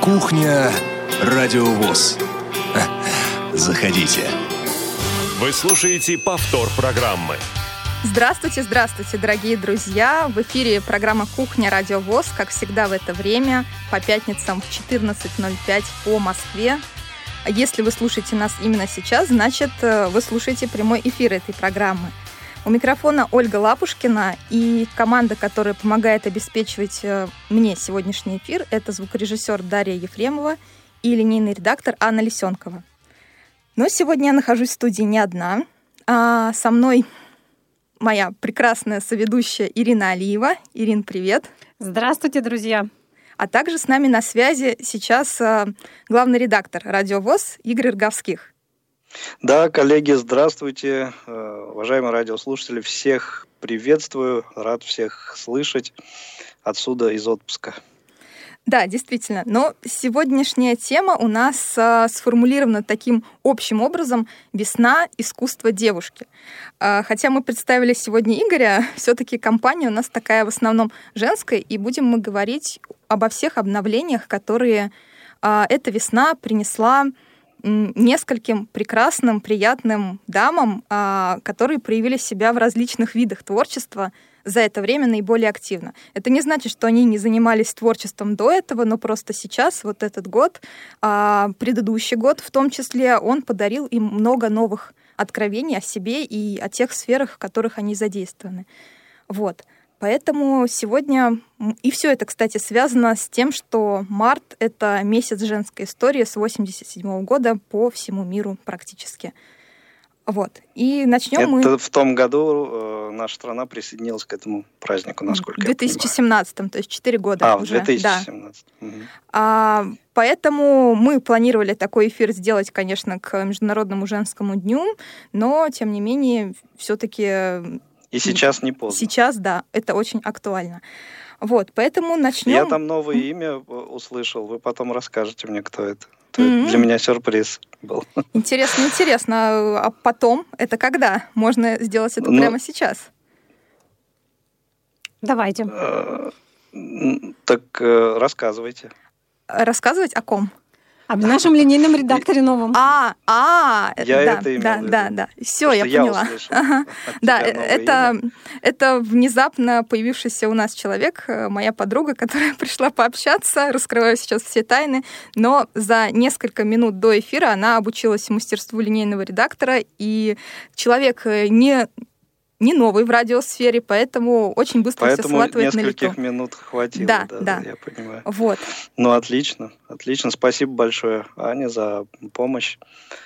Кухня Радио ВОС. Заходите. Вы слушаете повтор программы. Здравствуйте, дорогие друзья! В эфире программа «Кухня Радио ВОС», как всегда в это время, по пятницам в 14:05 по Москве. Если вы слушаете нас именно сейчас, значит, вы слушаете прямой эфир этой программы. У микрофона Ольга Лапушкина, и команда, которая помогает обеспечивать мне сегодняшний эфир, это звукорежиссер Дарья Ефремова и линейный редактор Анна Лисенкова. Но сегодня я нахожусь в студии не одна, а со мной моя прекрасная соведущая Ирина Алиева. Ирин, привет! Здравствуйте, друзья! А также с нами на связи сейчас главный редактор Радио ВОС Игорь Роговских. Да, коллеги, здравствуйте. Уважаемые радиослушатели, всех приветствую, рад всех слышать отсюда из отпуска. Да, действительно. Но сегодняшняя тема у нас сформулирована таким общим образом: «Весна. Искусство девушки». Хотя мы представили сегодня Игоря, все-таки компания у нас такая в основном женская, и будем мы говорить обо всех обновлениях, которые эта весна принесла нескольким прекрасным, приятным дамам, которые проявили себя в различных видах творчества за это время наиболее активно. Это не значит, что они не занимались творчеством до этого, но просто сейчас, вот этот год, предыдущий год в том числе, он подарил им много новых откровений о себе и о тех сферах, в которых они задействованы. Вот. Поэтому сегодня... И все это, кстати, связано с тем, что март — это месяц женской истории с 1987 года по всему миру практически. Вот. И начнем мы... Это в том году наша страна присоединилась к этому празднику, насколько я понимаю. В 2017-м, то есть 4 года уже. В 2017. Да. Угу. Поэтому мы планировали такой эфир сделать, конечно, к Международному женскому дню, но, тем не менее, все-таки... И сейчас не поздно. Сейчас, да, это очень актуально. Вот, поэтому начнем. Я там новое имя услышал, вы потом расскажете мне, кто это. Для меня сюрприз был. Интересно. А потом, это когда? Можно сделать это прямо сейчас? Давайте. Так рассказывайте. Рассказывать о ком? Об нашем линейном редакторе новом. Я это имел в виду. Да. Все, я поняла. Да, это внезапно появившийся у нас человек, моя подруга, которая пришла пообщаться, раскрываю сейчас все тайны, но за несколько минут до эфира она обучилась мастерству линейного редактора, и человек не новый в радиосфере, поэтому очень быстро все схватывает на лету. Поэтому нескольких минут хватило, да, я понимаю. Вот. Ну, отлично. Спасибо большое, Аня, за помощь.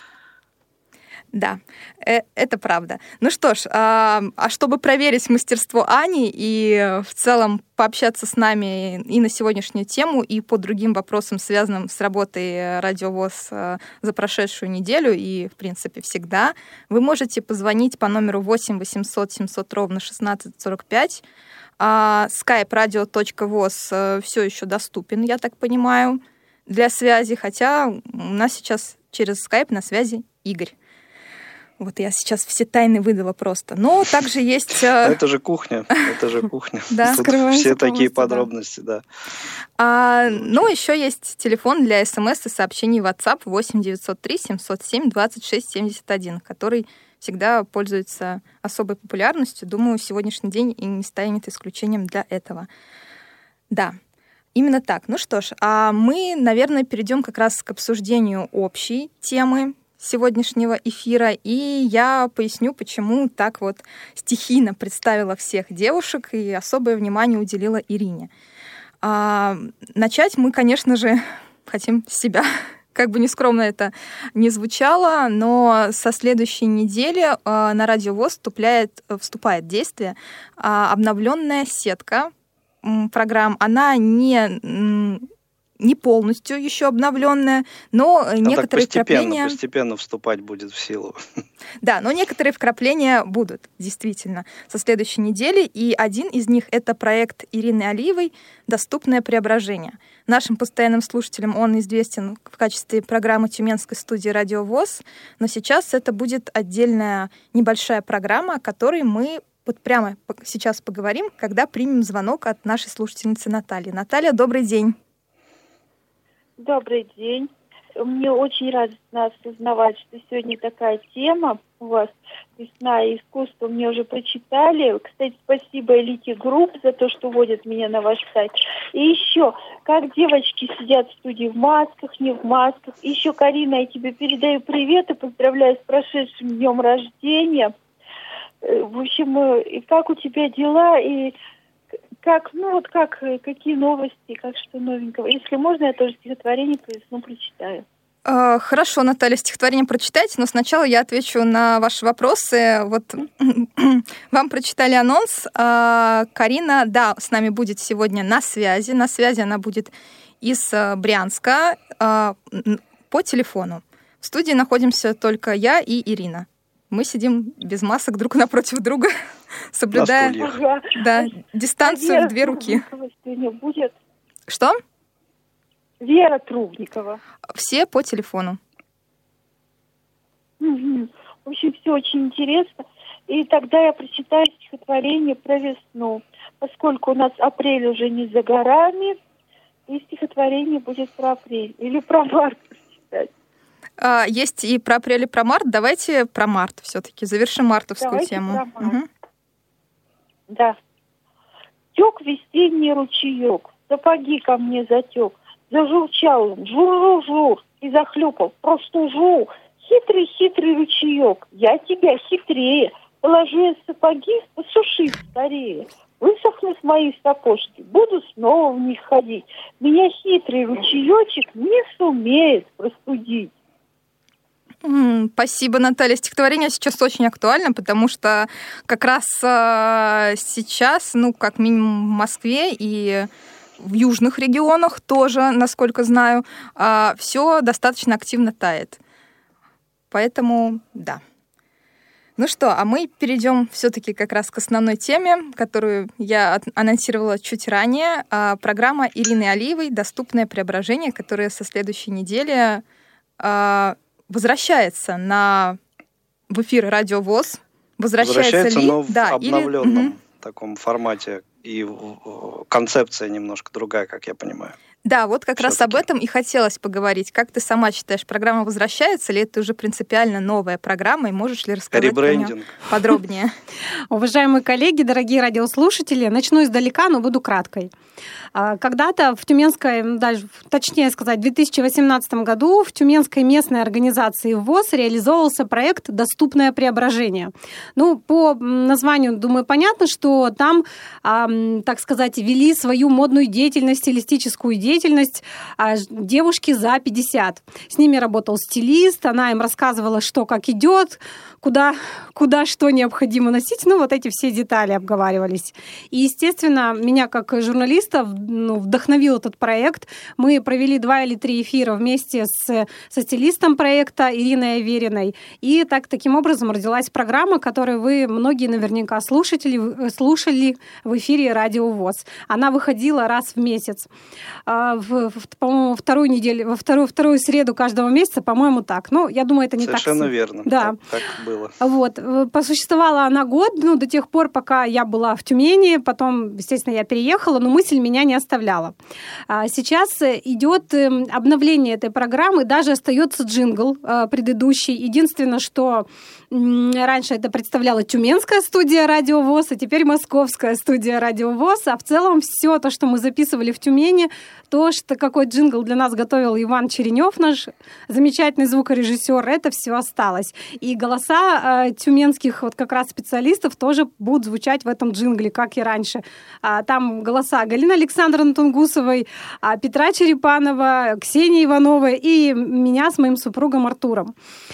Да, это правда. Ну что ж, чтобы проверить мастерство Ани и в целом пообщаться с нами и на сегодняшнюю тему, и по другим вопросам, связанным с работой Радио ВОС за прошедшую неделю и, в принципе, всегда, вы можете позвонить по номеру 8 800 700 ровно 1645. Skype radio.voz все еще доступен, я так понимаю, для связи, хотя у нас сейчас через Skype на связи Игорь. Вот я сейчас все тайны выдала просто. Но также есть... Это же кухня. Да, тут все такие подробности, да. Ну, еще есть телефон для СМС и сообщений в WhatsApp 8 903 707 26 71, который всегда пользуется особой популярностью. Думаю, сегодняшний день и не станет исключением для этого. Да. Именно так. Ну что ж, мы, наверное, перейдем как раз к обсуждению общей темы сегодняшнего эфира, и я поясню, почему так вот стихийно представила всех девушек и особое внимание уделила Ирине. Начать мы, конечно же, хотим с себя. Как бы нескромно это ни звучало, но со следующей недели на Радио ВОС вступает в действие обновленная сетка программ. Она не полностью еще обновленная, но некоторые вкрапления... Постепенно вступать будет в силу. Да, но некоторые вкрапления будут, действительно, со следующей недели, и один из них — это проект Ирины Алиевой «Доступное преображение». Нашим постоянным слушателям он известен в качестве программы Тюменской студии «Радио ВОС», но сейчас это будет отдельная небольшая программа, о которой мы вот прямо сейчас поговорим, когда примем звонок от нашей слушательницы Натальи. Наталья, добрый день. Добрый день. Мне очень радостно осознавать, что сегодня такая тема у вас «Весна и искусство». Мне уже прочитали. Кстати, спасибо Элите Групп за то, что вводят меня на ваш сайт. И еще, как девочки сидят в студии в масках, не в масках. И еще, Карина, я тебе передаю привет и поздравляю с прошедшим днем рождения. В общем, и как у тебя дела, и какие новости, как что новенького. Если можно, я тоже стихотворение по весну прочитаю. Хорошо, Наталья, стихотворение прочитайте, но сначала я отвечу на ваши вопросы. Вот вам прочитали анонс. Карина, да, с нами будет сегодня на связи. На связи она будет из Брянска по телефону. В студии находимся только я и Ирина. Мы сидим без масок друг напротив друга, соблюдая дистанцию в 2 руки. Будет? Что? Вера Трубникова. Все по телефону. В общем, все очень интересно. И тогда я прочитаю стихотворение про весну. Поскольку у нас апрель уже не за горами, и стихотворение будет про апрель. Или про март прочитать. Есть и про апрель, и про март. Давайте про март все-таки. Завершим мартовскую тему. Про март. Угу. Да. Тек весенний ручеек, сапоги ко мне затек, зажурчал он, жур-жур-жур, и захлюпал, просто жур. Хитрый-хитрый ручеек, я тебя хитрее, положу я сапоги, посуши скорее. Высохнут мои сапожки, буду снова в них ходить. Меня хитрый ручеечек не сумеет простудить. Спасибо, Наталья. Стихотворение сейчас очень актуально, потому что как раз сейчас, как минимум в Москве и в южных регионах тоже, насколько знаю, все достаточно активно тает. Поэтому, да. Ну что, а мы перейдем все-таки как раз к основной теме, которую я анонсировала чуть ранее. Программа Ирины Алиевой «Доступное преображение», которая со следующей недели возвращается в эфир Радио ВОС. Возвращается, но в обновленном таком формате. И концепция немножко другая, как я понимаю. Да, вот как раз об этом и хотелось поговорить. Как ты сама считаешь, программа возвращается, или это уже принципиально новая программа, и можешь ли рассказать про неё подробнее? Уважаемые коллеги, дорогие радиослушатели, начну издалека, но буду краткой. Когда-то в Тюменской, точнее сказать, в 2018 году в Тюменской местной организации ВОС реализовывался проект «Доступное преображение». По названию, думаю, понятно, что там, так сказать, вели свою модную деятельность, стилистическую деятельность девушки за 50. С ними работал стилист, она им рассказывала, что как идет, куда что необходимо носить. Вот эти все детали обговаривались. И, естественно, меня как журналиста вдохновил этот проект. Мы провели 2 или 3 эфира вместе со стилистом проекта Ириной Авериной. И таким образом родилась программа, которую вы многие наверняка слушали в эфире Радио ВОС. Она выходила раз в месяц. По-моему, вторую среду каждого месяца, по-моему, так. Я думаю, это не совершенно так. Совершенно верно. Да. Так было. Посуществовала она год, до тех пор, пока я была в Тюмени. Потом, естественно, я переехала, но мысль меня не оставляла. Сейчас идет обновление этой программы, даже остается джингл предыдущий. Единственное, что раньше это представляла Тюменская студия Радио ВОС, а теперь Московская студия Радио ВОС. А в целом все то, что мы записывали в Тюмени, то, что какой джингл для нас готовил Иван Черенев, наш замечательный звукорежиссер, это все осталось. И голоса тюменских как раз специалистов тоже будут звучать в этом джингле, как и раньше. Там голоса Галины Александровны Тунгусовой, Петра Черепанова, Ксении Ивановой и меня с моим супругом Артуром.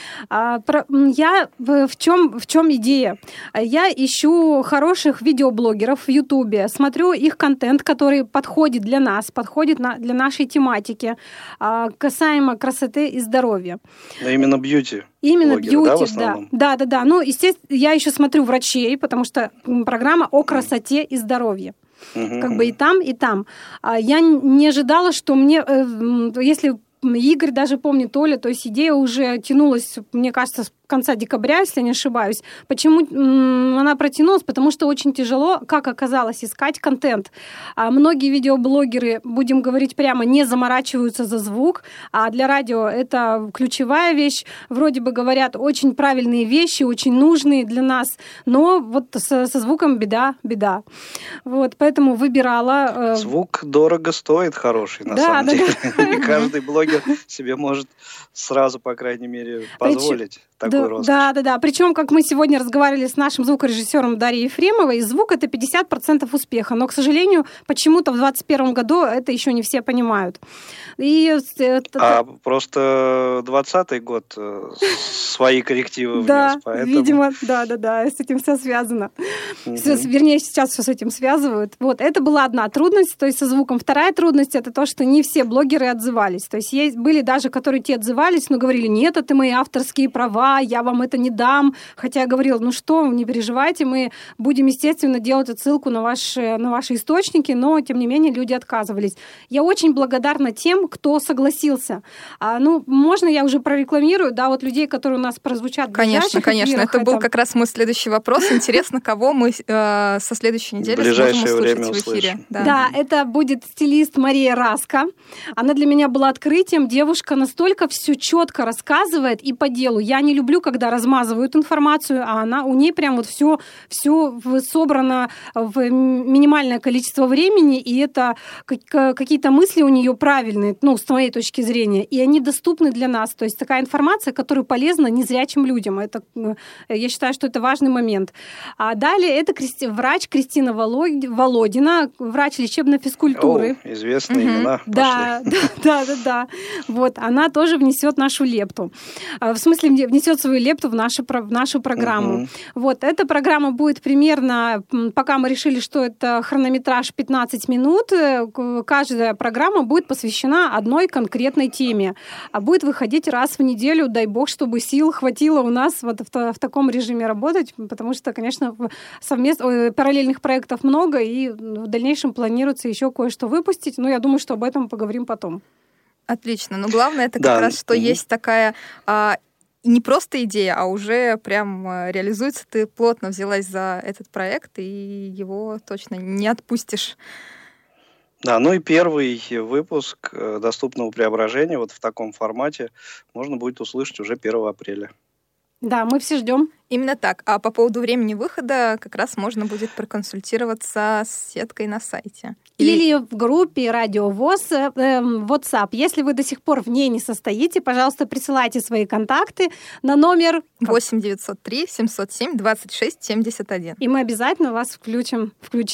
В чем идея? Я ищу хороших видеоблогеров в Ютубе, смотрю их контент, который подходит для нас, подходит для нашей тематики, касаемо красоты и здоровья. Но именно бьюти. Именно бьюти, да. Да. Естественно, я еще смотрю врачей, потому что программа о красоте и здоровье. И там, и там. Я не ожидала, что мне, если Игорь даже помнит, Оля, то есть идея уже тянулась, мне кажется, конца декабря, если не ошибаюсь. Почему она протянулась? Потому что очень тяжело, как оказалось, искать контент. Многие видеоблогеры, будем говорить прямо, не заморачиваются за звук, а для радио это ключевая вещь. Вроде бы говорят очень правильные вещи, очень нужные для нас, но вот со звуком беда. Вот, поэтому выбирала... Звук дорого стоит хороший, на самом деле. Не каждый блогер себе может сразу, по крайней мере, позволить такой роскошь. Да. Причем, как мы сегодня разговаривали с нашим звукорежиссером Дарьей Ефремовой, звук — это 50% успеха. Но, к сожалению, почему-то в 2021 году это еще не все понимают. Просто 2020 год свои коррективы внес, да, поэтому... видимо, да, с этим все связано. Вернее, сейчас все с этим связывают. Вот, это была одна трудность, то есть со звуком. Вторая трудность — это то, что не все блогеры отзывались. То есть были даже, которые те отзывались, но говорили: нет, это мои авторские права, я вам это не дам. Хотя я говорила: ну что, не переживайте, мы будем, естественно, делать отсылку на ваши источники, но, тем не менее, люди отказывались. Я очень благодарна тем, кто согласился. Можно я уже прорекламирую, да, вот людей, которые у нас прозвучат в Конечно. Это был как раз мой следующий вопрос. Интересно, кого мы со следующей недели сможем услышать в эфире. Да, это будет стилист Мария Раска. Она для меня была открытием. Девушка настолько все четко рассказывает и по делу. Я не люблю, когда размазывают информацию, а у ней прям вот все собрано в минимальное количество времени, и это какие-то мысли у нее правильные, с моей точки зрения, и они доступны для нас. То есть такая информация, которая полезна незрячим людям. Я считаю, что это важный момент. А далее это врач Кристина Володина, врач лечебной физкультуры. Известные имена. Да. Вот, она тоже внесет нашу лепту. В смысле, внесет свою лепту в нашу программу. Вот, эта программа будет примерно, пока мы решили, что это хронометраж 15 минут, каждая программа будет посвящена одной конкретной теме. А будет выходить раз в неделю, дай бог, чтобы сил хватило у нас вот в таком режиме работать, потому что, конечно, параллельных проектов много, и в дальнейшем планируется еще кое-что выпустить, но я думаю, что об этом поговорим потом. Отлично. Но главное, это как раз, что есть такая не просто идея, а уже прям реализуется. Ты плотно взялась за этот проект, и его точно не отпустишь. Да, и первый выпуск «Доступного преображения» вот в таком формате можно будет услышать уже 1 апреля. Да, мы все ждем. Именно так. А по поводу времени выхода как раз можно будет проконсультироваться с сеткой на сайте. Или в группе Радио ВОС WhatsApp. Если вы до сих пор в ней не состоите, пожалуйста, присылайте свои контакты на номер 8 903 707 26 71. И мы обязательно вас включим.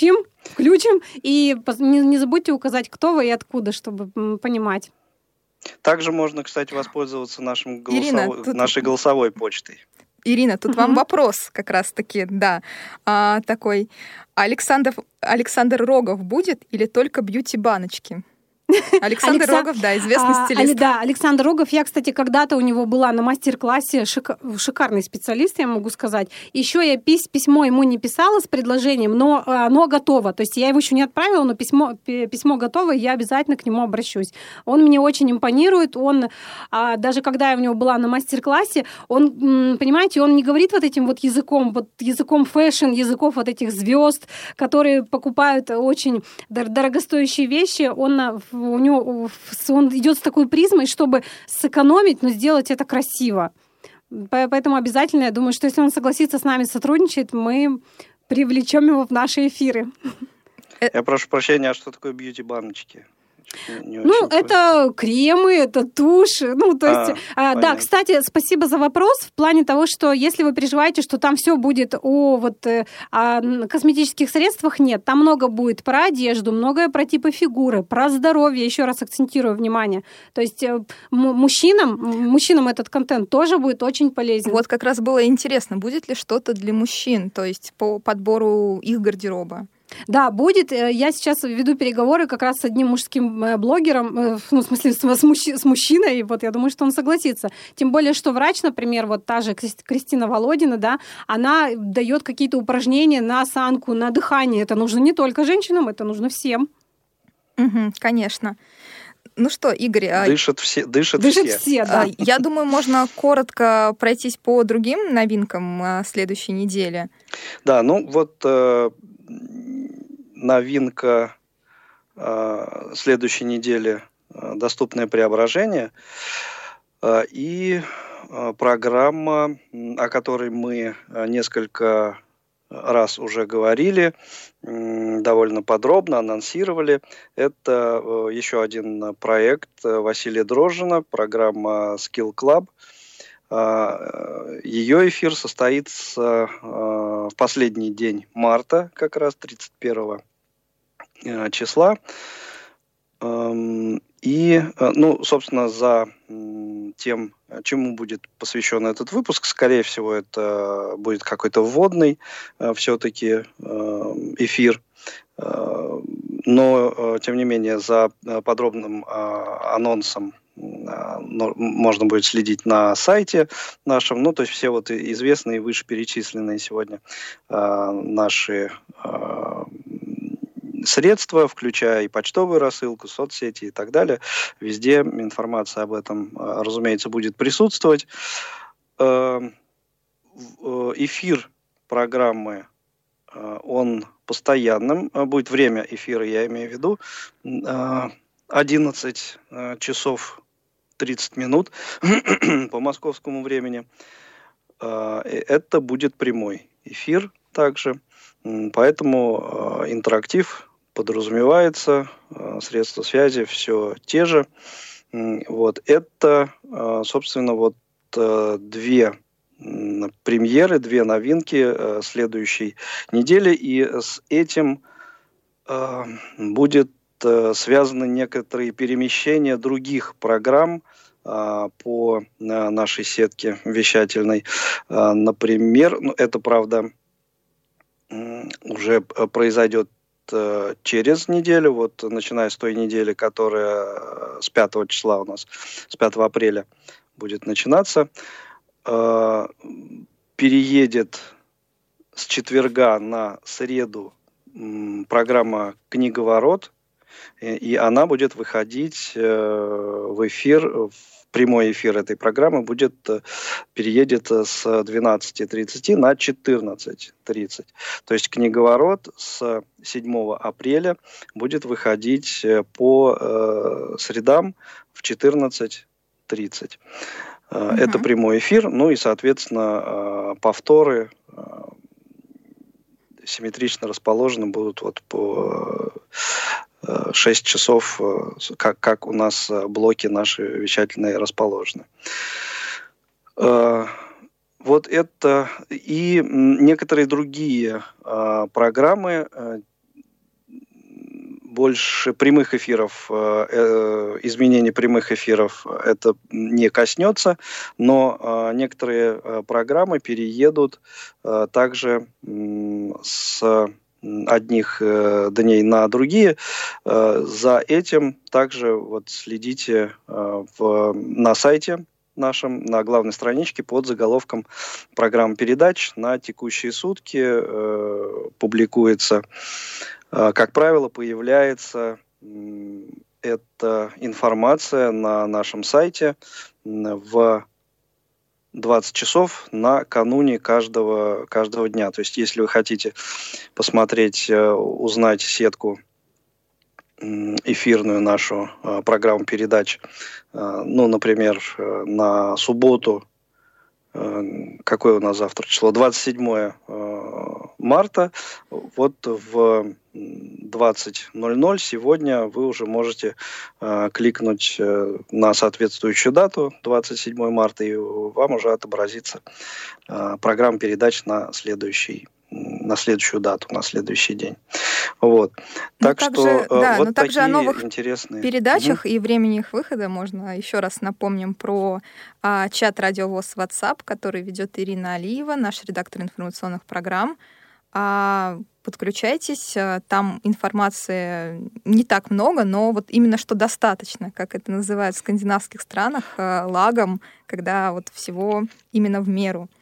И не забудьте указать, кто вы и откуда, чтобы понимать. Также можно, кстати, воспользоваться нашей голосовой почтой. Ирина, тут вам вопрос как раз-таки, да, такой. Александр Рогов будет или только бьюти-баночки? Александр Рогов, да, известный стилист. Да, Александр Рогов. Я, кстати, когда-то у него была на мастер-классе, шикарный специалист, я могу сказать. Еще я письмо ему не писала с предложением, но оно готово. То есть я его еще не отправила, но письмо готово, и я обязательно к нему обращусь. Он мне очень импонирует. Он, даже когда я у него была на мастер-классе, он, понимаете, он не говорит вот этим вот языком фэшн, языков вот этих звезд, которые покупают очень дорогостоящие вещи. Он идет с такой призмой, чтобы сэкономить, но сделать это красиво. Поэтому обязательно, я думаю, что если он согласится с нами сотрудничать, мы привлечем его в наши эфиры. Я прошу прощения, а что такое бьюти-баночки? Это кремы, это тушь. Да, кстати, спасибо за вопрос в плане того, что если вы переживаете, что там все будет о косметических средствах, нет. Там много будет про одежду, многое про типы фигуры, про здоровье. Еще раз акцентирую внимание. То есть мужчинам этот контент тоже будет очень полезен. Вот как раз было интересно, будет ли что-то для мужчин, то есть по подбору их гардероба? Да, будет. Я сейчас веду переговоры как раз с одним мужским блогером, в смысле с мужчиной, вот я думаю, что он согласится. Тем более, что врач, например, вот та же Кристина Володина, да, она дает какие-то упражнения на осанку, на дыхание. Это нужно не только женщинам, это нужно всем. Конечно. Ну что, Игорь... Дышат все. Да. Я думаю, можно коротко пройтись по другим новинкам следующей недели. Да, новинка следующей недели «Доступное преображение» и программа, о которой мы несколько раз уже говорили, довольно подробно анонсировали. Это еще один проект Василия Дрожжина, программа Skill Club. Ее эфир состоится в последний день марта, как раз 31 числа. И, собственно, за тем, чему будет посвящен этот выпуск, скорее всего, это будет какой-то вводный все-таки эфир. Но, тем не менее, за подробным анонсом можно будет следить на сайте нашем. То есть все вот известные вышеперечисленные сегодня наши средства, включая и почтовую рассылку, соцсети и так далее. Везде информация об этом, разумеется, будет присутствовать. Эфир программы, он постоянным. Будет время эфира, я имею в виду, 11 часов 30 минут по московскому времени. Это будет прямой эфир также. Поэтому интерактив подразумевается, средства связи все те же. Это, собственно, две премьеры, две новинки следующей недели. И с этим будет связаны некоторые перемещения других программ по нашей сетке вещательной. Например, это, правда, уже произойдет через неделю, начиная с той недели, которая с 5 числа у нас, с 5 апреля будет начинаться, переедет с четверга на среду программа «Книговорот», и она будет выходить в эфир, в прямой эфир этой программы переедет с 12:30 на 14:30. То есть «Книговорот» с 7 апреля будет выходить по средам в 14:30. Это прямой эфир, и, соответственно, повторы симметрично расположены будут по 6 часов, как у нас блоки наши вещательные расположены. Это и некоторые другие программы, больше прямых эфиров, изменений прямых эфиров это не коснется, но некоторые программы переедут также с одних дней на другие. За этим также следите на сайте нашем, на главной страничке под заголовком программ передач на текущие сутки публикуется. Как правило, появляется эта информация на нашем сайте в 20 часов накануне каждого дня. То есть, если вы хотите посмотреть, узнать сетку эфирную нашу программу передач, например, на субботу, какое у нас завтра число? 27 марта, в 20:00 сегодня вы уже можете кликнуть на соответствующую дату, 27 марта, и вам уже отобразится программа передач на следующую дату, на следующий день. Также такие о новых интересные передачах и времени их выхода можно еще раз напомним про чат «Радио ВОС» WhatsApp, который ведет Ирина Алиева, наш редактор информационных программ. Подключайтесь, там информации не так много, но именно что достаточно, как это называют в скандинавских странах, лагом, когда всего именно в меру.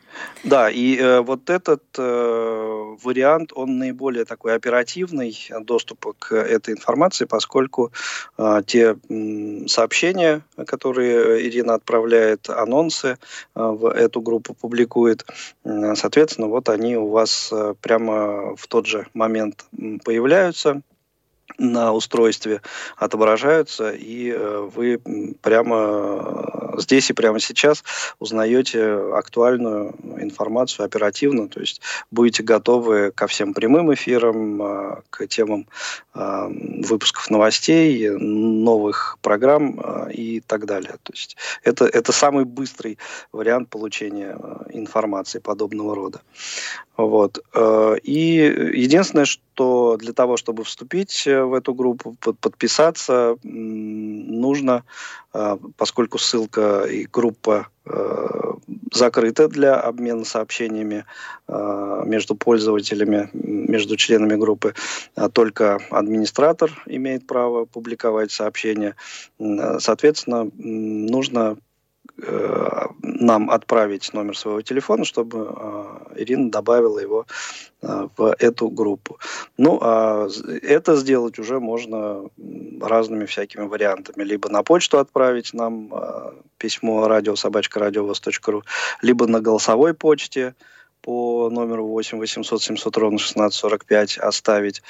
Да, и вот этот вариант, он наиболее такой оперативный, доступа к этой информации, поскольку те сообщения, которые Ирина отправляет, анонсы в эту группу публикует, соответственно, вот они у вас прямо в тот же момент появляются, на устройстве отображаются, и вы прямо здесь и прямо сейчас узнаете актуальную информацию оперативно, то есть будете готовы ко всем прямым эфирам, к темам выпусков новостей, новых программ и так далее. То есть это самый быстрый вариант получения информации подобного рода. Вот. И единственное, что для того, чтобы вступить в эту группу, подписаться, нужно, поскольку ссылка и группа закрыта для обмена сообщениями между пользователями, между членами группы, только администратор имеет право публиковать сообщения. Соответственно, нужно нам отправить номер своего телефона, чтобы Ирина добавила его в эту группу. Ну, а это сделать уже можно разными всякими вариантами. Либо на почту отправить нам письмо radio@radiovoz.ru, либо на голосовой почте по номеру 8 800 700 ровно 1645 оставить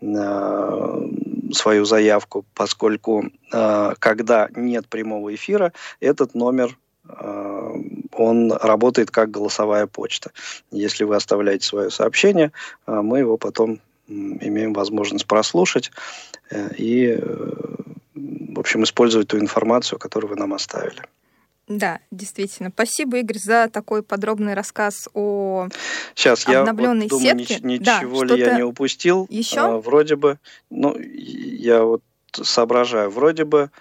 свою заявку, поскольку когда нет прямого эфира, этот номер он работает как голосовая почта. Если вы оставляете свое сообщение, мы его потом имеем возможность прослушать и, в общем, использовать ту информацию, которую вы нам оставили. Да, действительно. Спасибо, Игорь, за такой подробный рассказ о Сейчас обновленной я вот думаю, сетке. Ничего ли я не упустил? Еще? Вроде бы, я вот соображаю, вроде бы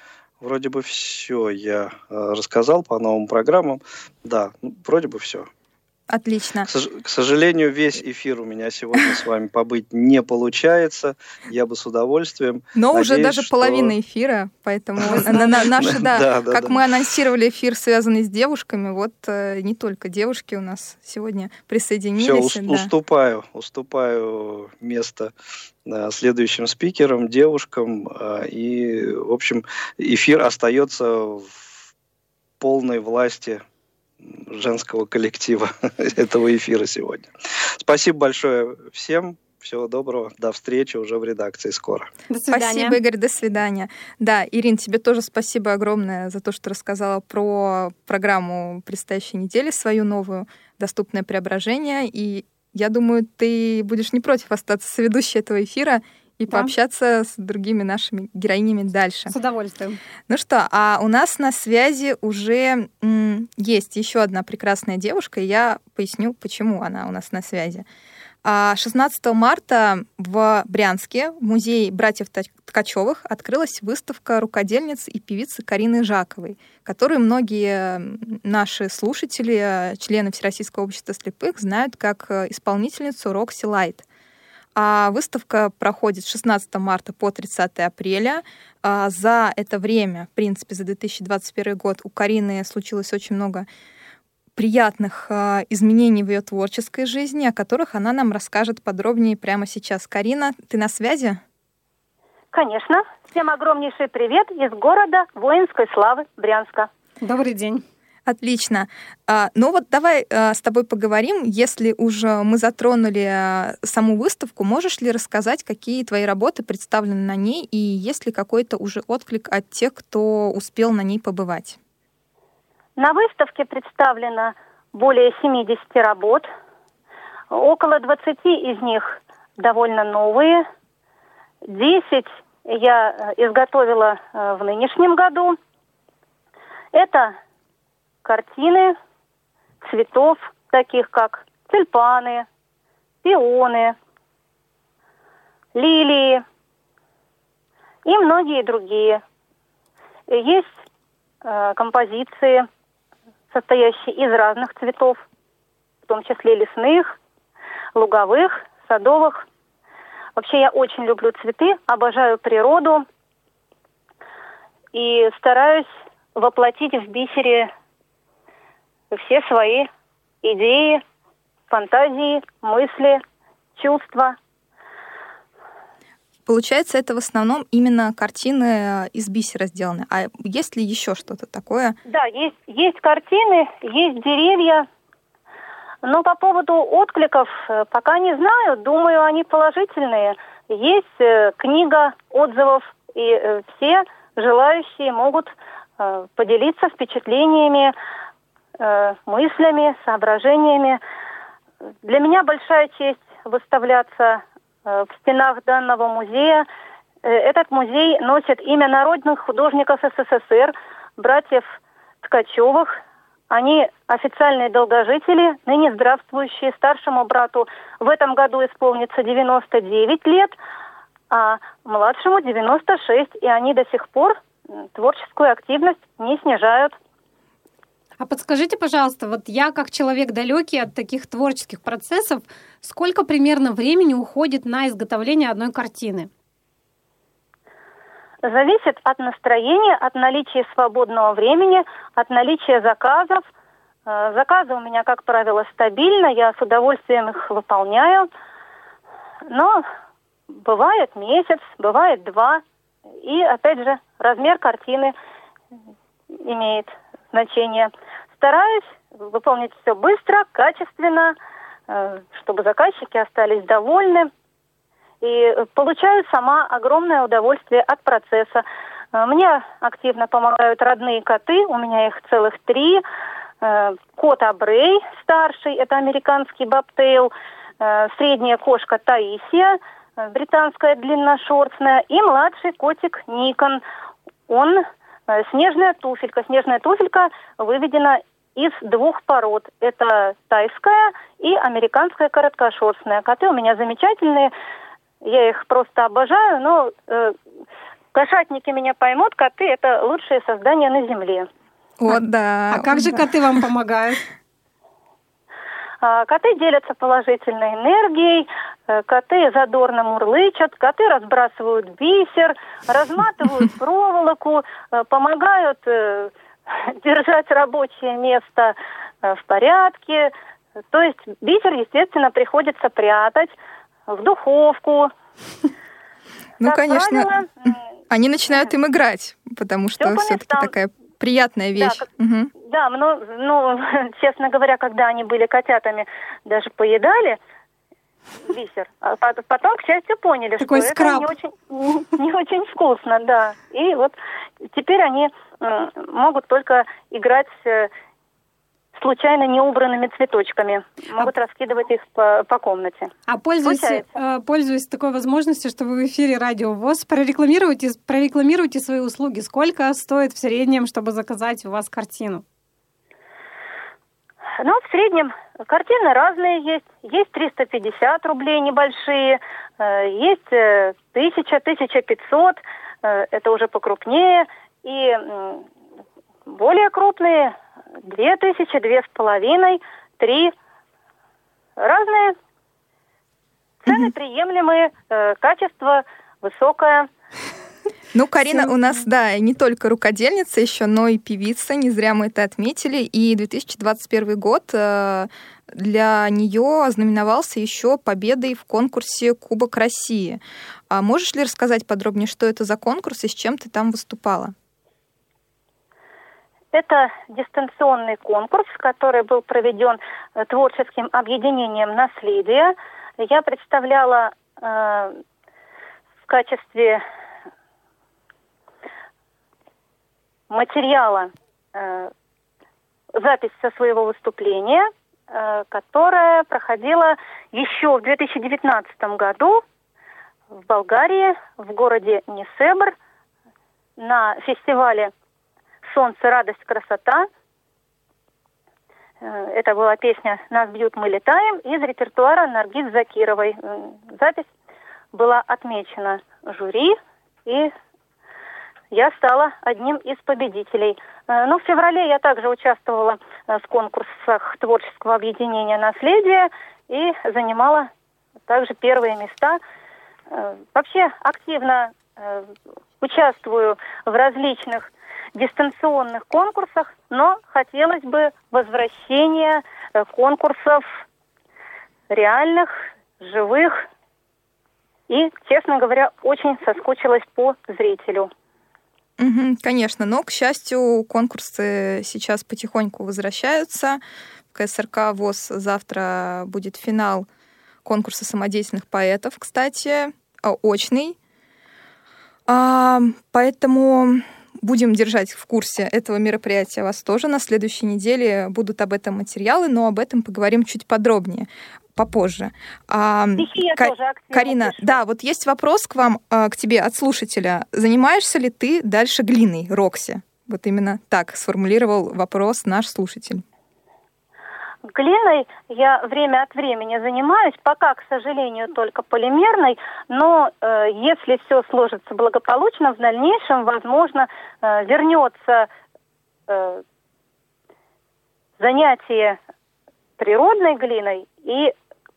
все я рассказал по новым программам. Да, вроде бы все. Отлично. К сожалению, весь эфир у меня сегодня с вами побыть не получается. Я бы с удовольствием. Но уже даже половина эфира, поэтому наши, как мы анонсировали эфир, связанный с девушками, вот не только девушки у нас сегодня присоединились. Все, уступаю место следующим спикерам, девушкам, и, в общем, эфир остается в полной власти женского коллектива этого эфира сегодня. Спасибо большое всем. Всего доброго. До встречи уже в редакции скоро. До свидания. Спасибо, Игорь. До свидания. Да, Ирин, тебе тоже спасибо огромное за то, что рассказала про программу предстоящей недели, свою новую «Доступное преображение». И я думаю, ты будешь не против остаться соведущей этого эфира и пообщаться с другими нашими героинями дальше. С удовольствием. Ну что, а у нас на связи уже есть еще одна прекрасная девушка, и я поясню, почему она у нас на связи. 16 марта в Брянске в музее братьев Ткачевых открылась выставка рукодельницы и певицы Карины Жаковой, которую многие наши слушатели, члены Всероссийского общества слепых, знают как исполнительницу Рокси Лайт. А выставка проходит с 16 марта по 30 апреля. За это время, в принципе, за 2021 год у Карины случилось очень много приятных изменений в ее творческой жизни, о которых она нам расскажет подробнее прямо сейчас. Карина, ты на связи? Конечно. Всем огромнейший привет из города воинской славы Брянска. Добрый день. Отлично. Ну вот давай с тобой поговорим. Если уже мы затронули саму выставку, можешь ли рассказать, какие твои работы представлены на ней, и есть ли какой-то уже отклик от тех, кто успел на ней побывать? На выставке представлено более 70 работ. Около 20 из них довольно новые. 10 я изготовила в нынешнем году. Это картины цветов, таких как тюльпаны, пионы, лилии и многие другие. Есть композиции, состоящие из разных цветов, в том числе лесных, луговых, садовых. Вообще я очень люблю цветы, обожаю природу и стараюсь воплотить в бисере все свои идеи, фантазии, мысли, чувства. Получается, это в основном именно картины из бисера сделаны. А есть ли еще что-то такое? Да, есть картины, есть деревья. Но по поводу откликов пока не знаю. Думаю, они положительные. Есть книга отзывов, и все желающие могут поделиться впечатлениями, мыслями, соображениями. Для меня большая честь выставляться в стенах данного музея. Этот музей носит имя народных художников СССР, братьев Ткачевых. Они официальные долгожители, ныне здравствующие. Старшему брату в этом году исполнится 99 лет, а младшему 96. И они до сих пор творческую активность не снижают. А подскажите, пожалуйста, вот я как человек далекий от таких творческих процессов, сколько примерно времени уходит на изготовление одной картины? Зависит от настроения, от наличия свободного времени, от наличия заказов. Заказы у меня, как правило, стабильно, я с удовольствием их выполняю. Но бывает месяц, бывает 2. И, опять же, размер картины имеет значение. Стараюсь выполнить все быстро, качественно, чтобы заказчики остались довольны. И получаю сама огромное удовольствие от процесса. Мне активно помогают родные коты, у меня их целых 3. Кот Абрей старший, это американский бобтейл, средняя кошка Таисия, британская длинношерстная, и младший котик Никон. Он снежная туфелька. Снежная туфелька выведена из 2 пород. Это тайская и американская короткошерстная. Коты у меня замечательные. Я их просто обожаю, но кошатники меня поймут, коты – это лучшее создание на земле. О, да. А как же коты вам помогают? Коты делятся положительной энергией, коты задорно мурлычат, коты разбрасывают бисер, разматывают проволоку, помогают держать рабочее место в порядке. То есть бисер, естественно, приходится прятать в духовку. Ну, как конечно, правило, они начинают им играть, потому что все-таки такая приятная вещь. Да, ну, честно говоря, когда они были котятами, даже поедали бисер, а потом, к счастью, поняли, такой что скраб. это не очень вкусно, да. И вот теперь они могут только играть случайно неубранными цветочками. Могут раскидывать их по комнате. А пользуясь такой возможностью, что вы в эфире Радио ВОС, прорекламируйте свои услуги. Сколько стоит в среднем, чтобы заказать у вас картину? Ну, в среднем картины разные есть. Есть 350 рублей небольшие, есть 1000, 1500, это уже покрупнее. И более крупные 2000, 2500, 3. Разные. Цены приемлемые, качество высокое. Ну, Карина у нас, да, не только рукодельница еще, но и певица, не зря мы это отметили. И 2021 год для нее ознаменовался еще победой в конкурсе «Кубок России». А можешь ли рассказать подробнее, что это за конкурс и с чем ты там выступала? Это дистанционный конкурс, который был проведен творческим объединением «Наследие». Я представляла в качестве материала запись со своего выступления, которая проходила еще в 2019 году в Болгарии, в городе Несебр, на фестивале «Солнце, радость, красота». Это была песня «Нас бьют, мы летаем» из репертуара Наргиз Закировой. Запись была отмечена жюри, и я стала одним из победителей. Ну, в феврале я также участвовала в конкурсах творческого объединения «Наследие» и занимала также первые места. Вообще активно участвую в различных дистанционных конкурсах, но хотелось бы возвращения конкурсов реальных, живых. И, честно говоря, очень соскучилась по зрителю. Конечно, но, к счастью, конкурсы сейчас потихоньку возвращаются. В КСРК ВОС завтра будет финал конкурса самодеятельных поэтов, кстати, очный. Поэтому будем держать в курсе этого мероприятия вас тоже. На следующей неделе будут об этом материалы, но об этом поговорим чуть подробнее, попозже. Стихи я тоже активно Карина, пишу. да, вот есть вопрос к вам, к тебе от слушателя. Занимаешься ли ты дальше глиной, Рокси? Вот именно так сформулировал вопрос наш слушатель. Глиной я время от времени занимаюсь, пока, к сожалению, только полимерной, но если все сложится благополучно, в дальнейшем, возможно, вернется занятие природной глиной и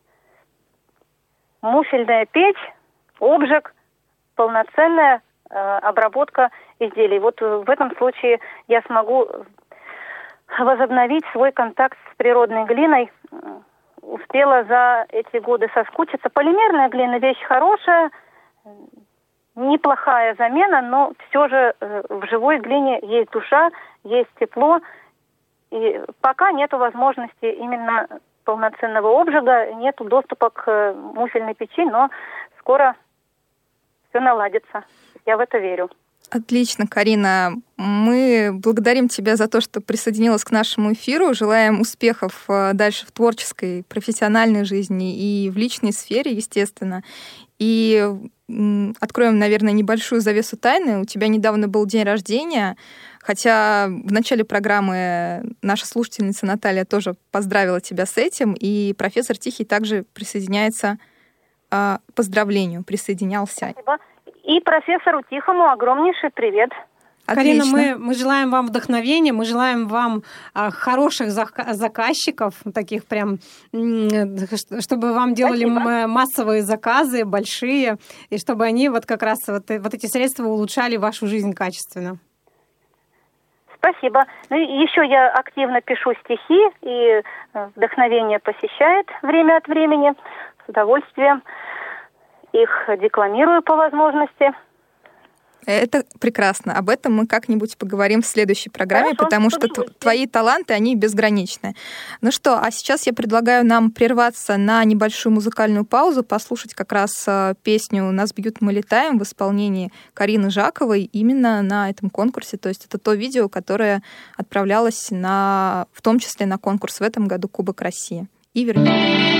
муфельная печь, обжиг, полноценная обработка изделий. Вот в этом случае я смогу возобновить свой контакт с природной глиной. Успела за эти годы соскучиться. Полимерная глина вещь хорошая, неплохая замена, но все же в живой глине есть душа, есть тепло. И пока нету возможности именно полноценного обжига, нету доступа к муфельной печи, но скоро все наладится. Я в это верю. Отлично, Карина. Мы благодарим тебя за то, что присоединилась к нашему эфиру. Желаем успехов дальше в творческой, профессиональной жизни и в личной сфере, естественно. И откроем, наверное, небольшую завесу тайны. У тебя недавно был день рождения, хотя в начале программы наша слушательница Наталья тоже поздравила тебя с этим, и профессор Тихий также присоединяется к поздравлению, присоединялся. Спасибо. И профессору Тихому огромнейший привет. Отлично. Карина, мы желаем вам вдохновения, мы желаем вам хороших заказчиков, таких прям, чтобы вам делали массовые заказы, большие, и чтобы они вот как раз вот эти средства улучшали вашу жизнь качественно. Спасибо. Ну и еще я активно пишу стихи, и вдохновение посещает время от времени. С удовольствием их декламирую по возможности. Это прекрасно. Об этом мы как-нибудь поговорим в следующей программе, Хорошо, потому что твои таланты, они безграничны. Ну что, а сейчас я предлагаю нам прерваться на небольшую музыкальную паузу, послушать как раз песню «Нас бьют, мы летаем» в исполнении Карины Жаковой именно на этом конкурсе. То есть это то видео, которое отправлялось в том числе на конкурс в этом году «Кубок России». И вернемся.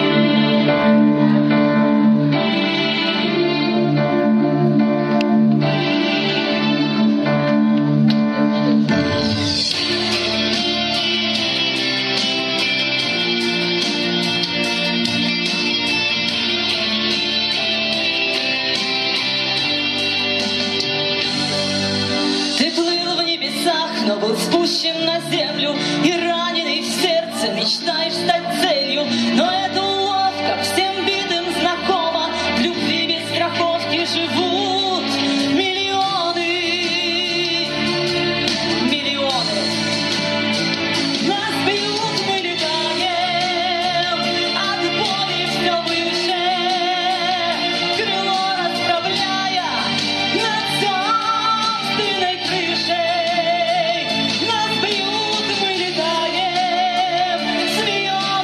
Но был спущен на землю и раненый в сердце, мечтаешь стать целью, но это уловка всем битым знакома. В любви без страховки живут миллионы, миллионы. Нас бьют, мы летаем, от боли все выше, крыло расправляя над собственной крышей. Нас бьют, мы летаем, смеемся.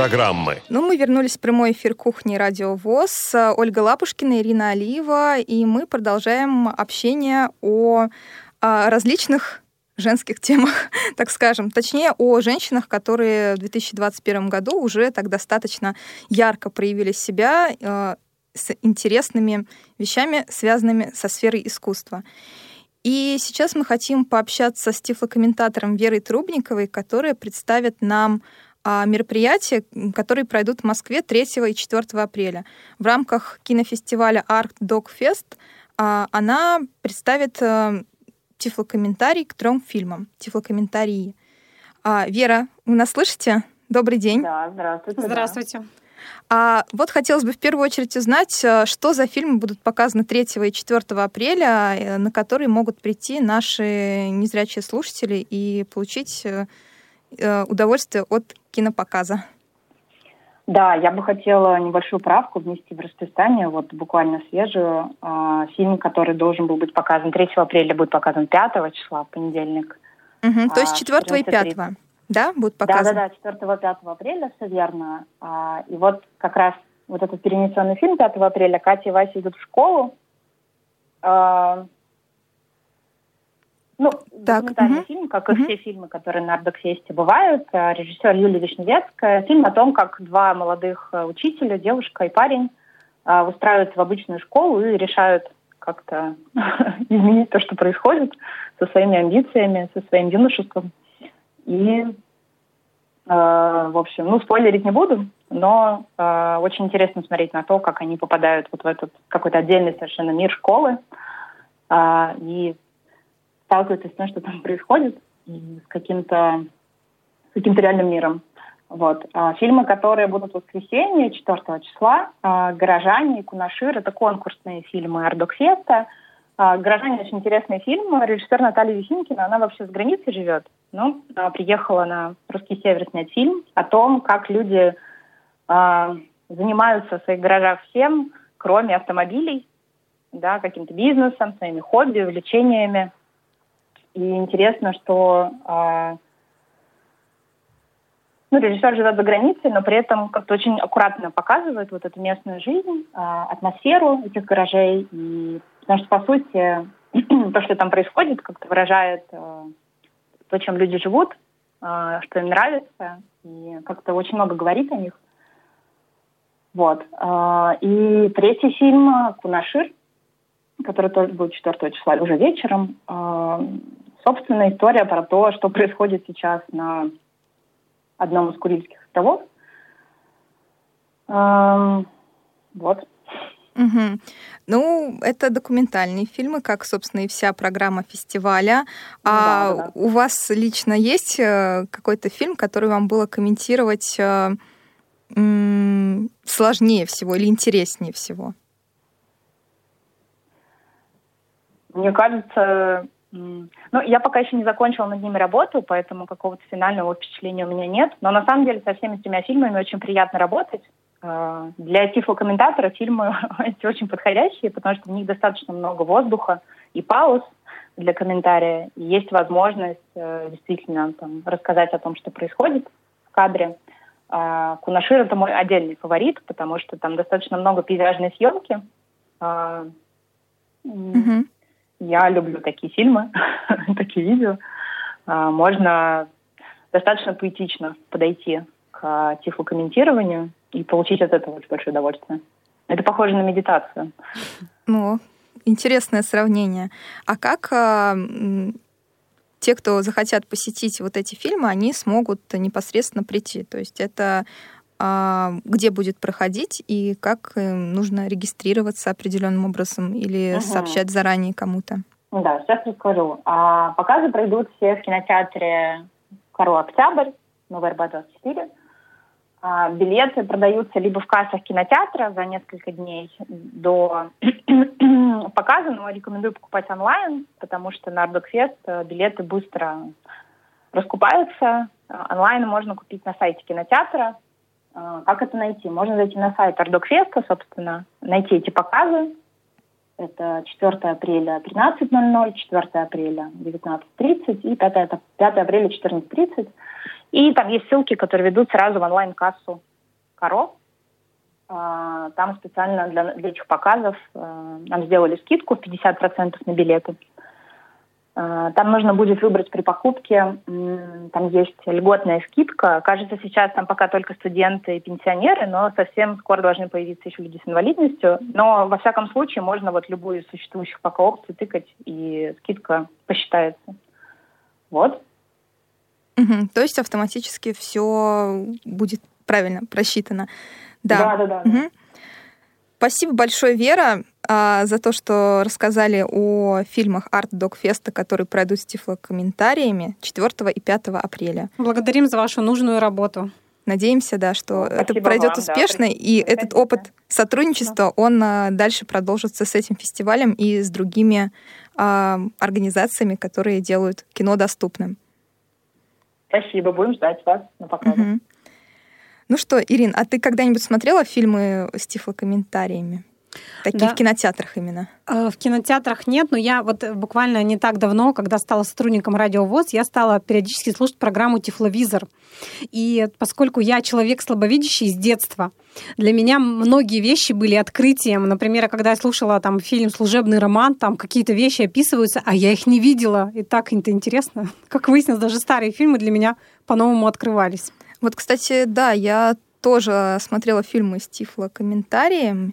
программы. Мы вернулись в прямой эфир кухни Радио ВОС. Ольга Лапушкина, Ирина Алиева, и мы продолжаем общение о различных женских темах, так скажем. Точнее, о женщинах, которые в 2021 году уже так достаточно ярко проявили себя с интересными вещами, связанными со сферой искусства. И сейчас мы хотим пообщаться с тифлокомментатором Верой Трубниковой, которая представит нам мероприятия, которые пройдут в Москве 3 и 4 апреля. В рамках кинофестиваля Art Dog Fest она представит тифлокомментарий к 3 фильмам. Тифлокомментарии. Вера, вы нас слышите? Добрый день. Да, здравствуйте. Здравствуйте. Вот хотелось бы в первую очередь узнать, что за фильмы будут показаны 3 и 4 апреля, на которые могут прийти наши незрячие слушатели и получить удовольствие от кинопоказа. Да, я бы хотела небольшую правку внести в расписание, вот буквально свежую. Фильм, который должен был быть показан 3 апреля, будет показан 5 числа, в понедельник. То есть 4 и 5, да, будут показаны? Да, 4-5 апреля, все верно. И вот как раз вот этот перенесенный фильм 5 апреля, Катя и Вася идут в школу. Документальный фильм, как и все фильмы, которые на Ардокфесте бывают. Режиссер Юлия Вишневецкая. Фильм о том, как 2 молодых учителя, девушка и парень, устраиваются в обычную школу и решают как-то изменить то, что происходит, со своими амбициями, со своим юношеством. И, в общем, спойлерить не буду, но очень интересно смотреть на то, как они попадают вот в этот какой-то отдельный совершенно мир школы и сталкиваются с тем, что там происходит, с каким-то реальным миром. Вот. Фильмы, которые будут в воскресенье, 4 числа, «Горожане» и «Кунашир» — это конкурсные фильмы Ардокфеста. «Горожане» — очень интересный фильм. Режиссер Наталья Вихинкина, она вообще с границы живет, но приехала на Русский Север снять фильм о том, как люди занимаются в своих гаражах всем, кроме автомобилей, да, каким-то бизнесом, своими хобби, увлечениями. И интересно, что режиссер живет за границей, но при этом как-то очень аккуратно показывает вот эту местную жизнь, атмосферу этих гаражей. И, потому что, по сути, то, что там происходит, как-то выражает то, чем люди живут, что им нравится, и как-то очень много говорит о них. Вот. И 3 фильм «Кунашир», который тоже будет 4 числа, уже вечером. Собственная история про то, что происходит сейчас на одном из Курильских островов. Вот. Это документальные фильмы, как, собственно, и вся программа фестиваля. Да. У вас лично есть какой-то фильм, который вам было комментировать сложнее всего или интереснее всего? Мне кажется, я пока еще не закончила над ними работу, поэтому какого-то финального впечатления у меня нет. Но на самом деле со всеми 3 фильмами очень приятно работать. Для тифлокомментатора фильмы эти очень подходящие, потому что в них достаточно много воздуха и пауз для комментария. И есть возможность действительно рассказать о том, что происходит в кадре. «Кунашир» — это мой отдельный фаворит, потому что там достаточно много пейзажной съемки. Я люблю такие фильмы, такие видео. Можно достаточно поэтично подойти к тифлокомментированию и получить от этого очень большое удовольствие. Это похоже на медитацию. Интересное сравнение. А как те, кто захотят посетить вот эти фильмы, они смогут непосредственно прийти? То есть это где будет проходить и как нужно регистрироваться определенным образом или сообщать заранее кому-то? Да, сейчас расскажу. Показы пройдут все в кинотеатре «Карл Октябрь», Новый Арбат 24. Билеты продаются либо в кассах кинотеатра за несколько дней до показа, но рекомендую покупать онлайн, потому что на Ардокфест билеты быстро раскупаются. Онлайн можно купить на сайте кинотеатра. Как это найти? Можно зайти на сайт Ардокфеста, собственно, найти эти показы. Это 4 апреля 13:00, 4 апреля 19:30 и 5 апреля 14:30. И там есть ссылки, которые ведут сразу в онлайн-кассу коров. Там специально для этих показов нам сделали скидку в 50% на билеты. Там нужно будет выбрать при покупке, там есть льготная скидка. Кажется, сейчас там пока только студенты и пенсионеры, но совсем скоро должны появиться еще люди с инвалидностью. Но во всяком случае можно вот любую из существующих пока опций тыкать, и скидка посчитается. Вот. То есть автоматически все будет правильно просчитано. Да. Спасибо большое, Вера, за то, что рассказали о фильмах Art Dog Fest, которые пройдут с тифлокомментариями 4 и 5 апреля. Благодарим за вашу нужную работу. Надеемся, да, что это пройдет успешно, и этот опыт сотрудничества, он дальше продолжится с этим фестивалем и с другими организациями, которые делают кино доступным. Спасибо, будем ждать вас на показе. Ну что, Ирин, а ты когда-нибудь смотрела фильмы с тифлокомментариями? Такие в кинотеатрах именно? В кинотеатрах нет, но я вот буквально не так давно, когда стала сотрудником Радио ВОС, я стала периодически слушать программу «Тифловизор». И поскольку я человек слабовидящий с детства, для меня многие вещи были открытием. Например, когда я слушала там фильм «Служебный роман», там какие-то вещи описываются, а я их не видела. И так это интересно. Как выяснилось, даже старые фильмы для меня по-новому открывались. Вот, кстати, да, я тоже смотрела фильмы с тифлокомментарием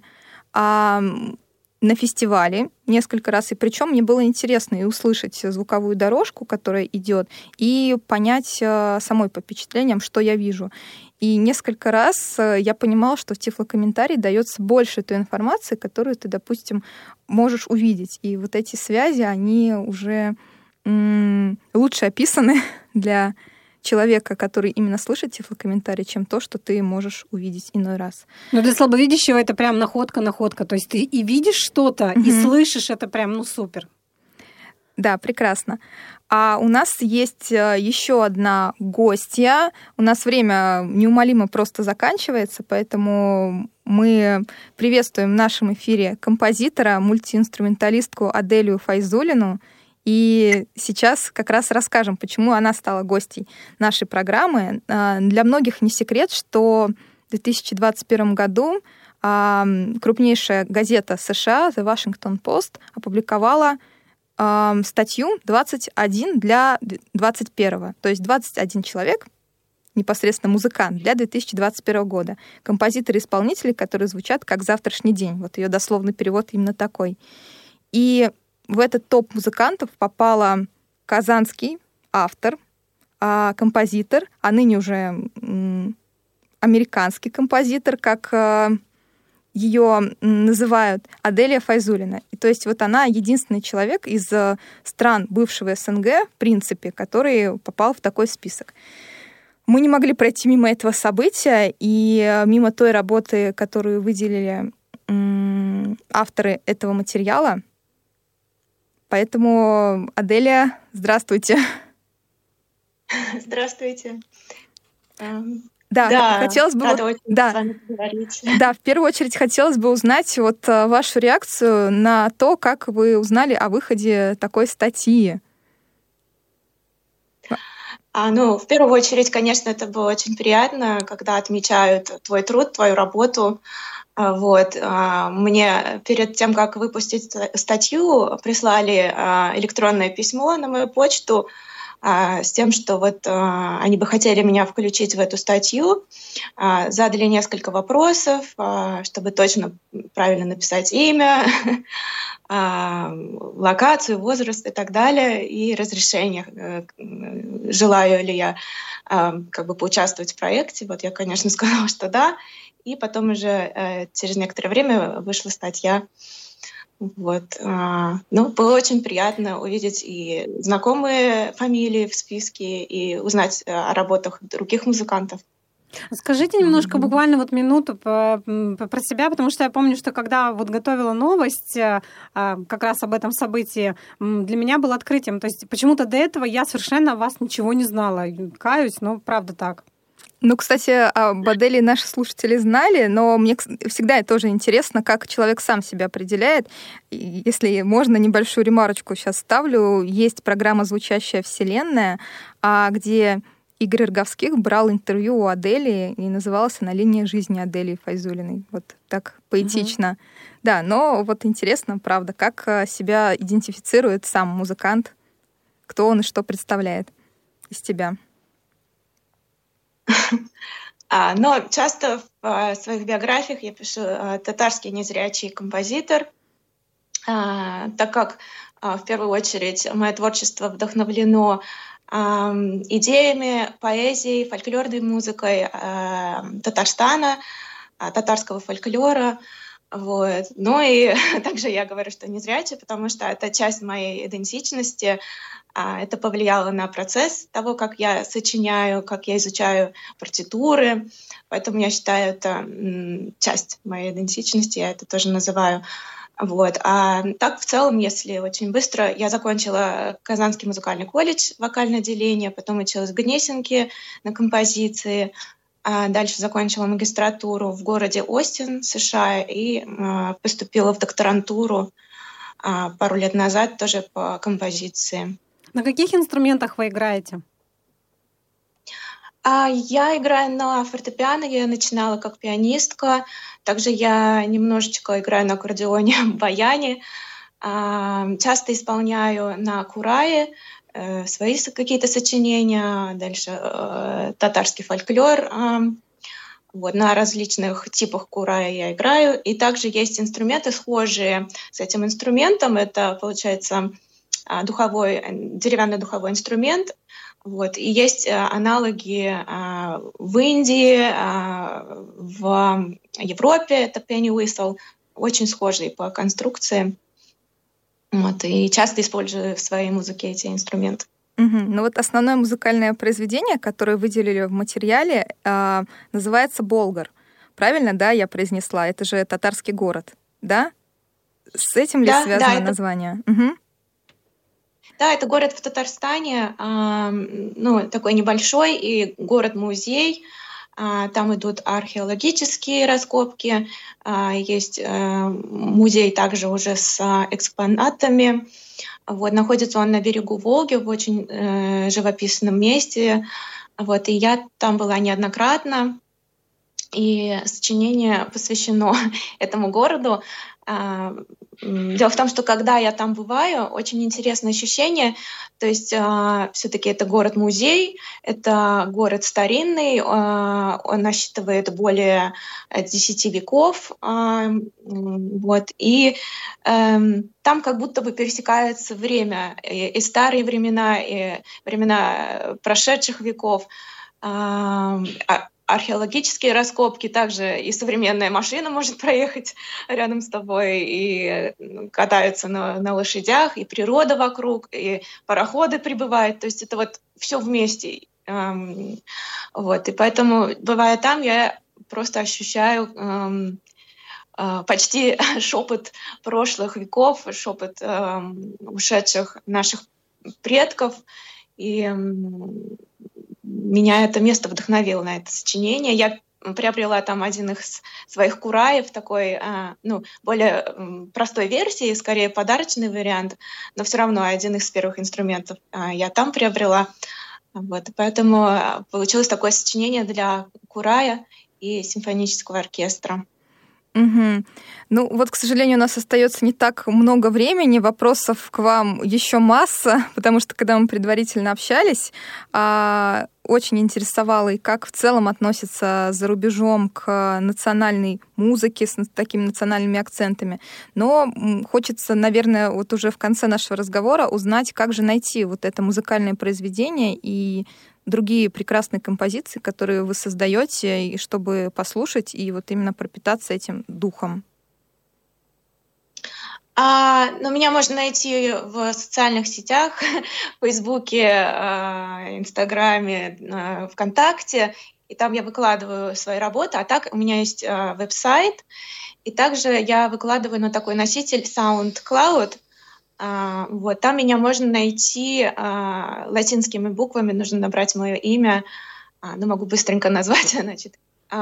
на фестивале несколько раз, и причем мне было интересно и услышать звуковую дорожку, которая идет, и понять самой по впечатлениям, что я вижу. И несколько раз я понимала, что в тифлокомментарии дается больше той информации, которую ты, допустим, можешь увидеть. И вот эти связи, они уже лучше описаны для человека, который именно слышит тифлокомментарий, чем то, что ты можешь увидеть иной раз. Но для слабовидящего это прям находка. То есть ты и видишь что-то, и слышишь это прям, супер. Да, прекрасно. А у нас есть еще одна гостья. У нас время неумолимо просто заканчивается, поэтому мы приветствуем в нашем эфире композитора, мультиинструменталистку Аделию Файзуллину. И сейчас как раз расскажем, почему она стала гостьей нашей программы. Для многих не секрет, что в 2021 году крупнейшая газета США The Washington Post опубликовала статью 21 для 21. То есть 21 человек, непосредственно музыкант, для 2021 года. Композиторы-исполнители, которые звучат как «завтрашний день». Вот ее дословный перевод именно такой. И в этот топ музыкантов попала казанский автор, композитор, а ныне уже американский композитор, как ее называют, Аделия Файзуллина. И то есть вот она единственный человек из стран бывшего СНГ, в принципе, который попал в такой список. Мы не могли пройти мимо этого события и мимо той работы, которую выделили авторы этого материала. Поэтому, Аделия, здравствуйте. Здравствуйте. Да, хотелось бы... Рада очень с вами поговорить. Да, в первую очередь хотелось бы узнать вот вашу реакцию на то, как вы узнали о выходе такой статьи. В первую очередь, конечно, это было очень приятно, когда отмечают твой труд, твою работу. Мне перед тем, как выпустить статью, прислали электронное письмо на мою почту с тем, что они бы хотели меня включить в эту статью. Задали несколько вопросов, чтобы точно правильно написать имя, локацию, возраст и так далее, и разрешение, желаю ли я поучаствовать в проекте. Я, конечно, сказала, что да. И потом уже через некоторое время вышла статья. Было очень приятно увидеть и знакомые фамилии в списке, и узнать о работах других музыкантов. Скажите немножко, буквально минуту про себя, потому что я помню, что когда готовила новость как раз об этом событии, для меня было открытием. То есть почему-то до этого я совершенно о вас ничего не знала. Каюсь, но правда так. Кстати, об Аделии наши слушатели знали, но мне всегда тоже интересно, как человек сам себя определяет. Если можно, небольшую ремарочку сейчас ставлю. Есть программа «Звучащая вселенная», где Игорь Роговских брал интервью у Адели, и называлась она «Линия жизни Адели Файзуллиной». Вот так поэтично. Да, но вот интересно, правда, как себя идентифицирует сам музыкант, кто он и что представляет из тебя. Но часто в своих биографиях я пишу «татарский незрячий композитор», так как в первую очередь мое творчество вдохновлено идеями, поэзией, фольклорной музыкой Татарстана, татарского фольклора. Вот. Ну и также я говорю, что незрячий, потому что это часть моей идентичности. Это повлияло на процесс того, как я сочиняю, как я изучаю партитуры. Поэтому я считаю, это часть моей идентичности, я это тоже называю. Вот. А так, в целом, если очень быстро, я закончила Казанский музыкальный колледж, вокальное отделение, потом училась в Гнесинке на композиции, дальше закончила магистратуру в городе Остин, США, и поступила в докторантуру пару лет назад тоже по композиции. На каких инструментах вы играете? Я играю на фортепиано, я начинала как пианистка. Также я немножечко играю на аккордеоне, баяне. Часто исполняю на курае свои какие-то сочинения. Дальше татарский фольклор. Вот, на различных типах курая я играю. И также есть инструменты, схожие с этим инструментом. Это, получается, деревянный духовой инструмент. Вот. И есть аналоги в Индии, в Европе, это penny whistle, очень схожие по конструкции. Вот. И часто использую в своей музыке эти инструменты. Ну вот основное музыкальное произведение, которое выделили в материале, называется «Болгар». Правильно, да, я произнесла? Это же татарский город, да? С этим ли связано название? Да, это город в Татарстане, такой небольшой, и город-музей. Там идут археологические раскопки, есть музей также уже с экспонатами. Вот, находится он на берегу Волги, в очень живописном месте. Вот, и я там была неоднократно, и сочинение посвящено этому городу. Дело в том, что когда я там бываю, очень интересное ощущение. То есть все-таки это город-музей, это город старинный, он насчитывает более 10 веков. Вот, и там как будто бы пересекается время, и старые времена, и времена прошедших веков. Археологические раскопки, также и современная машина может проехать рядом с тобой, и катаются на лошадях, и природа вокруг, и пароходы прибывают. То есть это вот все вместе. Вот. И поэтому, бывая там, я просто ощущаю почти шепот прошлых веков, шепот ушедших наших предков. И меня это место вдохновило на это сочинение. Я приобрела там один из своих кураев, такой, более простой версии, скорее подарочный вариант, но все равно один из первых инструментов я там приобрела. Вот, поэтому получилось такое сочинение для курая и симфонического оркестра. Ну вот, к сожалению, у нас остается не так много времени, вопросов к вам еще масса, потому что когда мы предварительно общались, очень интересовало, и как в целом относятся за рубежом к национальной музыке с такими национальными акцентами. Но хочется, наверное, вот уже в конце нашего разговора узнать, как же найти вот это музыкальное произведение и другие прекрасные композиции, которые вы создаете, и чтобы послушать и вот именно пропитаться этим духом. Меня можно найти в социальных сетях, в Фейсбуке, Инстаграме, ВКонтакте, и там я выкладываю свои работы, а так у меня есть веб-сайт, и также я выкладываю на такой носитель SoundCloud. Вот, там меня можно найти латинскими буквами, нужно набрать мое имя, могу быстренько назвать, значит,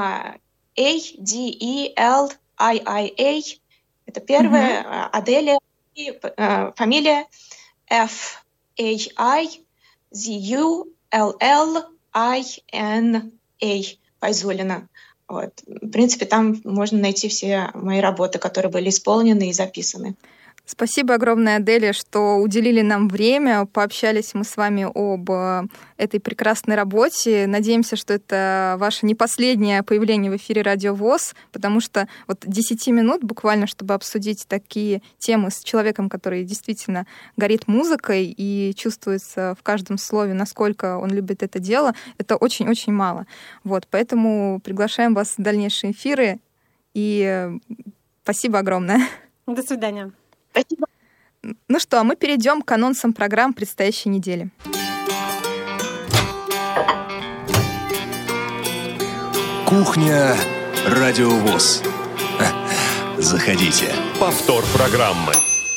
ADELIIA, это первое, Аделия, и фамилия FAIZULLA, Файзулина. Вот. В принципе, там можно найти все мои работы, которые были исполнены и записаны. Спасибо огромное, Аделя, что уделили нам время, пообщались мы с вами об этой прекрасной работе. Надеемся, что это ваше не последнее появление в эфире Радио ВОС, потому что 10 минут буквально, чтобы обсудить такие темы с человеком, который действительно горит музыкой и чувствуется в каждом слове, насколько он любит это дело, это очень-очень мало. Поэтому приглашаем вас в дальнейшие эфиры, и спасибо огромное. До свидания. Спасибо. Ну что, а мы перейдем к анонсам программ предстоящей недели. Кухня Радио ВОС. Заходите. Повтор программы.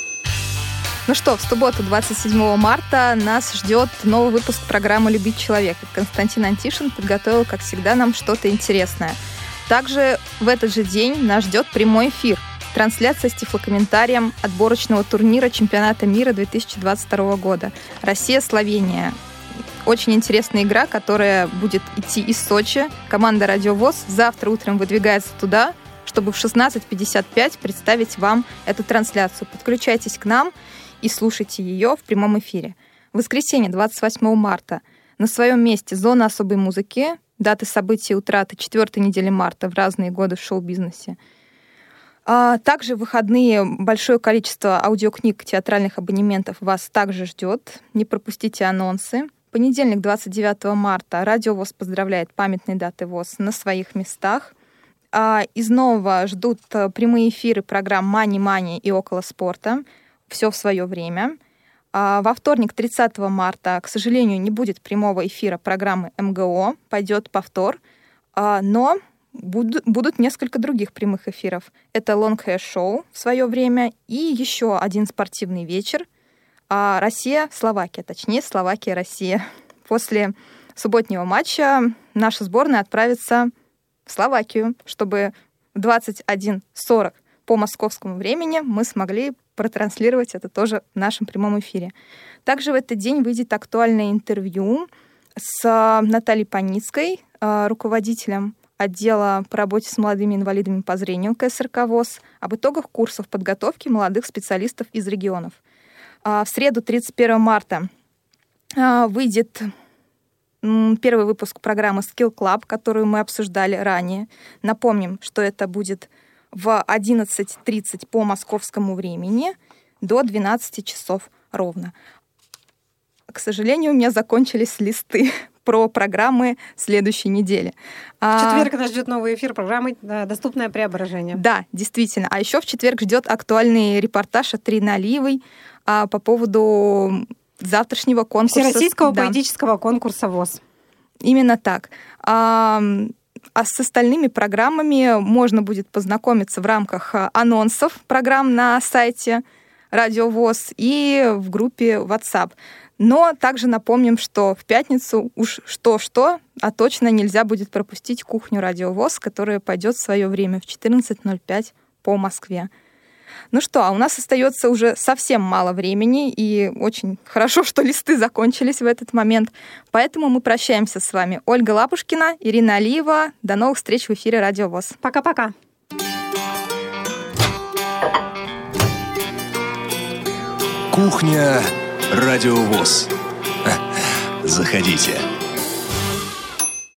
Ну что, в субботу, 27 марта, нас ждет новый выпуск программы «Любить человека». Константин Антишин подготовил, как всегда, нам что-то интересное. Также в этот же день нас ждет прямой эфир. Трансляция с тифлокомментарием отборочного турнира чемпионата мира 2022 года. Россия-Словения. Очень интересная игра, которая будет идти из Сочи. Команда «Радио ВОС» завтра утром выдвигается туда, чтобы в 16:55 представить вам эту трансляцию. Подключайтесь к нам и слушайте ее в прямом эфире. В воскресенье, 28 марта, на своем месте «Зона особой музыки». Даты событий утраты 4-й недели марта в разные годы в шоу-бизнесе. Также в выходные большое количество аудиокниг, театральных абонементов вас также ждет. Не пропустите анонсы. Понедельник, 29 марта, Радио ВОС поздравляет памятные даты ВОС на своих местах. Из нового ждут прямые эфиры программ «Мани-Мани» и «Около спорта». Все в свое время. Во вторник, 30 марта, к сожалению, не будет прямого эфира программы МГО. Пойдет повтор. Но будут несколько других прямых эфиров. Это Long Hair Show в свое время и еще один спортивный вечер. Россия-Словакия, точнее, Словакия-Россия. После субботнего матча наша сборная отправится в Словакию, чтобы в 21:40 по московскому времени мы смогли протранслировать это тоже в нашем прямом эфире. Также в этот день выйдет актуальное интервью с Натальей Паницкой, руководителем отдела по работе с молодыми инвалидами по зрению КСРК ВОС, об итогах курсов подготовки молодых специалистов из регионов. В среду, 31 марта, выйдет первый выпуск программы Skill Club, которую мы обсуждали ранее. Напомним, что это будет в 11:30 по московскому времени до 12 часов ровно. К сожалению, у меня закончились листы про программы следующей недели. В четверг нас ждет новый эфир программы «Доступное преображение». Да, действительно. А еще в четверг ждет актуальный репортаж от Ирины Алиевой по поводу завтрашнего конкурса. Всероссийского поэтического конкурса ВОС. Именно так. А с остальными программами можно будет познакомиться в рамках анонсов программ на сайте Радио ВОС и в группе WhatsApp. Но также напомним, что в пятницу уж что-что, а точно нельзя будет пропустить кухню Радио ВОС, которая пойдет в свое время в 14:05 по Москве. Ну что, а у нас остается уже совсем мало времени, и очень хорошо, что листы закончились в этот момент. Поэтому мы прощаемся с вами. Ольга Лапушкина, Ирина Алиева. До новых встреч в эфире Радио ВОС. Пока-пока. Кухня Радио ВОС. Заходите.